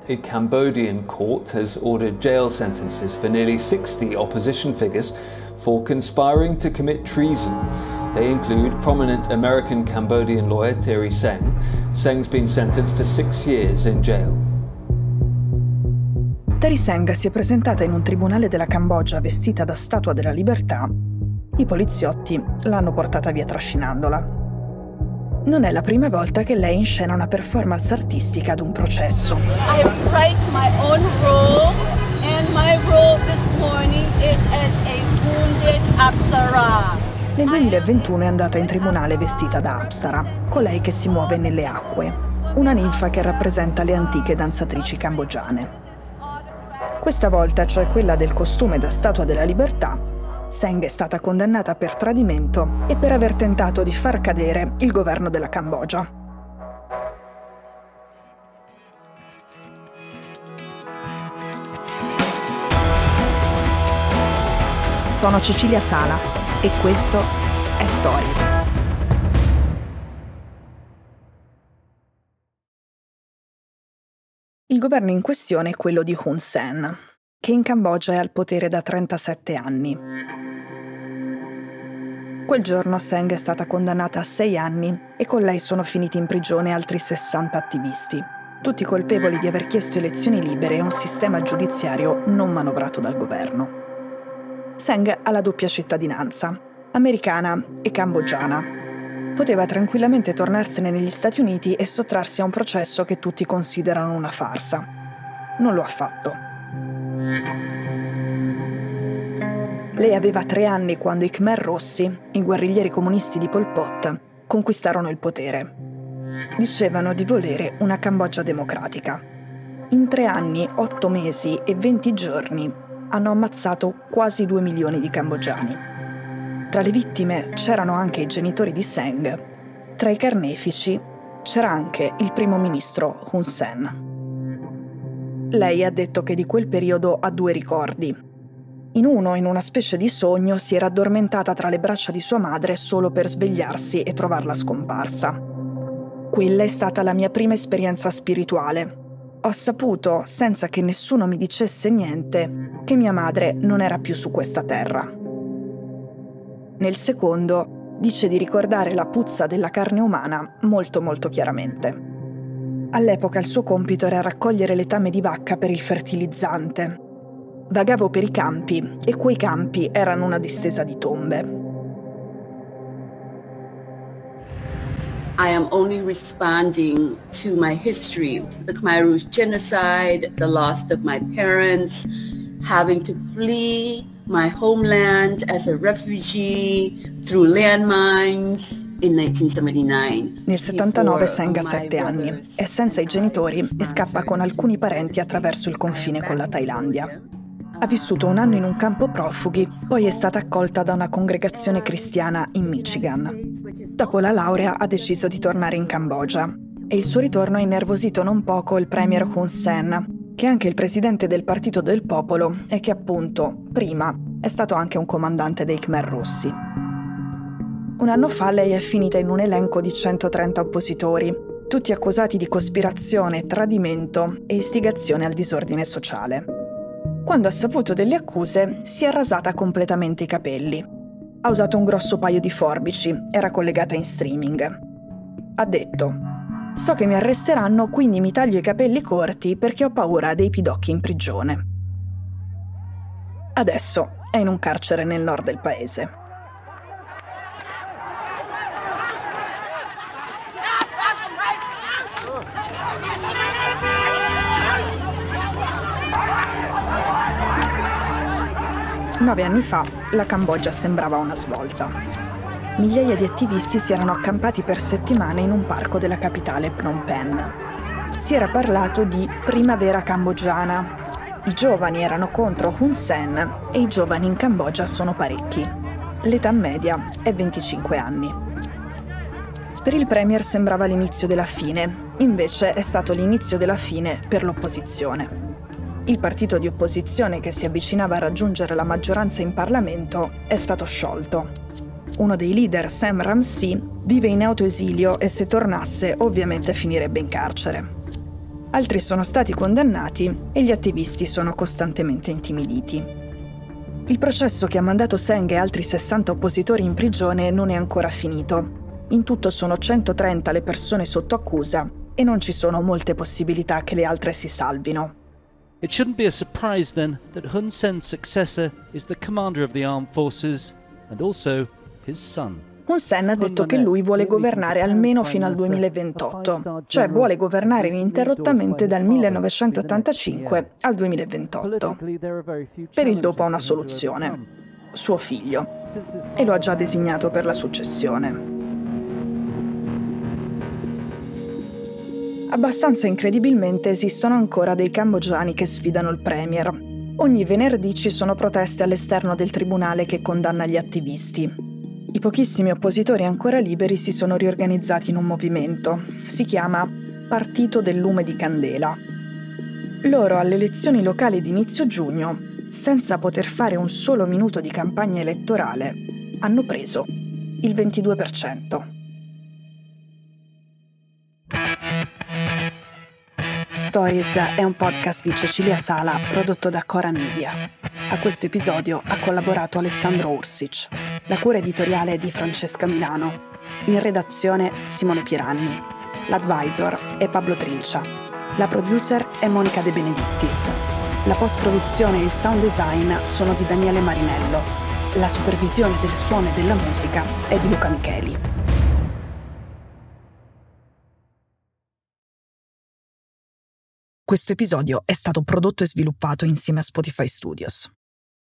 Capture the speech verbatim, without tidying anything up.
A Cambodian court has ordered jail sentences for nearly sixty opposition figures for conspiring to commit treason. They include prominent American Cambodian lawyer Terry Seng. Seng's been sentenced to six years in jail. Terry Seng si è presentata in un tribunale della Cambogia vestita da Statua della Libertà. I poliziotti l'hanno portata via trascinandola. Non è la prima volta che lei inscena una performance artistica ad un processo. I write my own role, and my role this morning is as a wounded Apsara. Nel duemilaventuno è andata in tribunale vestita da Apsara, colei che si muove nelle acque, una ninfa che rappresenta le antiche danzatrici cambogiane. Questa volta, cioè quella del costume da Statua della Libertà, Seng è stata condannata per tradimento e per aver tentato di far cadere il governo della Cambogia. Sono Cecilia Sala e questo è Stories. Il governo in questione è quello di Hun Sen, che in Cambogia è al potere da trentasette anni. Quel giorno Seng è stata condannata a sei anni e con lei sono finiti in prigione altri sessanta attivisti, tutti colpevoli di aver chiesto elezioni libere e un sistema giudiziario non manovrato dal governo. Seng ha la doppia cittadinanza, americana e cambogiana. Poteva tranquillamente tornarsene negli Stati Uniti e sottrarsi a un processo che tutti considerano una farsa. Non lo ha fatto. Lei aveva tre anni quando i Khmer Rossi, i guerriglieri comunisti di Pol Pot, conquistarono il potere. Dicevano di volere una Cambogia democratica. In tre anni, otto mesi e venti giorni hanno ammazzato quasi due milioni di cambogiani. Tra le vittime c'erano anche i genitori di Seng. Tra i carnefici c'era anche il primo ministro Hun Sen. Lei ha detto che di quel periodo ha due ricordi. In uno, in una specie di sogno, si era addormentata tra le braccia di sua madre solo per svegliarsi e trovarla scomparsa. Quella è stata la mia prima esperienza spirituale. Ho saputo, senza che nessuno mi dicesse niente, che mia madre non era più su questa terra. Nel secondo, dice di ricordare la puzza della carne umana molto molto chiaramente. All'epoca il suo compito era raccogliere letame di vacca per il fertilizzante. Vagavo per i campi e quei campi erano una distesa di tombe. I am only responding to my history, the Khmer Rouge genocide, the loss of my parents, having to flee my homeland as a refugee through landmines in nineteen seventy-nine. Nel settantanove Seng ha sette anni, è senza i genitori e scappa con alcuni parenti attraverso il confine con la Thailandia. Ha vissuto un anno in un campo profughi, poi è stata accolta da una congregazione cristiana in Michigan. Dopo la laurea ha deciso di tornare in Cambogia e il suo ritorno ha innervosito non poco il premier Hun Sen, che è anche il presidente del Partito del Popolo e che appunto, prima, è stato anche un comandante dei Khmer Rossi. Un anno fa lei è finita in un elenco di centotrenta oppositori, tutti accusati di cospirazione, tradimento e istigazione al disordine sociale. Quando ha saputo delle accuse, si è rasata completamente i capelli. Ha usato un grosso paio di forbici, era collegata in streaming. Ha detto: «So che mi arresteranno, quindi mi taglio i capelli corti perché ho paura dei pidocchi in prigione». Adesso è in un carcere nel nord del paese. Nove anni fa la Cambogia sembrava una svolta. Migliaia di attivisti si erano accampati per settimane in un parco della capitale Phnom Penh. Si era parlato di primavera cambogiana. I giovani erano contro Hun Sen e i giovani in Cambogia sono parecchi. L'età media è venticinque anni. Per il premier sembrava l'inizio della fine, invece è stato l'inizio della fine per l'opposizione. Il partito di opposizione che si avvicinava a raggiungere la maggioranza in Parlamento è stato sciolto. Uno dei leader, Sam Rainsy, vive in autoesilio e se tornasse ovviamente finirebbe in carcere. altri sono stati condannati e gli attivisti sono costantemente intimiditi. Il processo che ha mandato Seng e altri sessanta oppositori in prigione non è ancora finito. In tutto sono centotrenta le persone sotto accusa e non ci sono molte possibilità che le altre si salvino. It shouldn't be a surprise then that Hun Sen's successor is the commander of the armed forces and also his son. Hun Sen ha detto che lui vuole governare almeno fino al duemilaventotto, cioè vuole governare ininterrottamente dal millenovecentottantacinque al duemilaventotto. Per il dopo ha una soluzione: suo figlio, e lo ha già designato per la successione. Abbastanza incredibilmente esistono ancora dei cambogiani che sfidano il premier. Ogni venerdì ci sono proteste all'esterno del tribunale che condanna gli attivisti. I pochissimi oppositori ancora liberi si sono riorganizzati in un movimento. Si chiama Partito del Lume di Candela. Loro alle elezioni locali di inizio giugno, senza poter fare un solo minuto di campagna elettorale, hanno preso il ventidue per cento. Stories è un podcast di Cecilia Sala prodotto da Cora Media. A questo episodio ha collaborato Alessandro Ursic. La cura editoriale è di Francesca Milano. In redazione Simone Piranni. L'advisor è Pablo Trincia. La producer è Monica De Benedictis. La post-produzione e il sound design sono di Daniele Marinello. La supervisione del suono e della musica è di Luca Micheli. Questo episodio è stato prodotto e sviluppato insieme a Spotify Studios.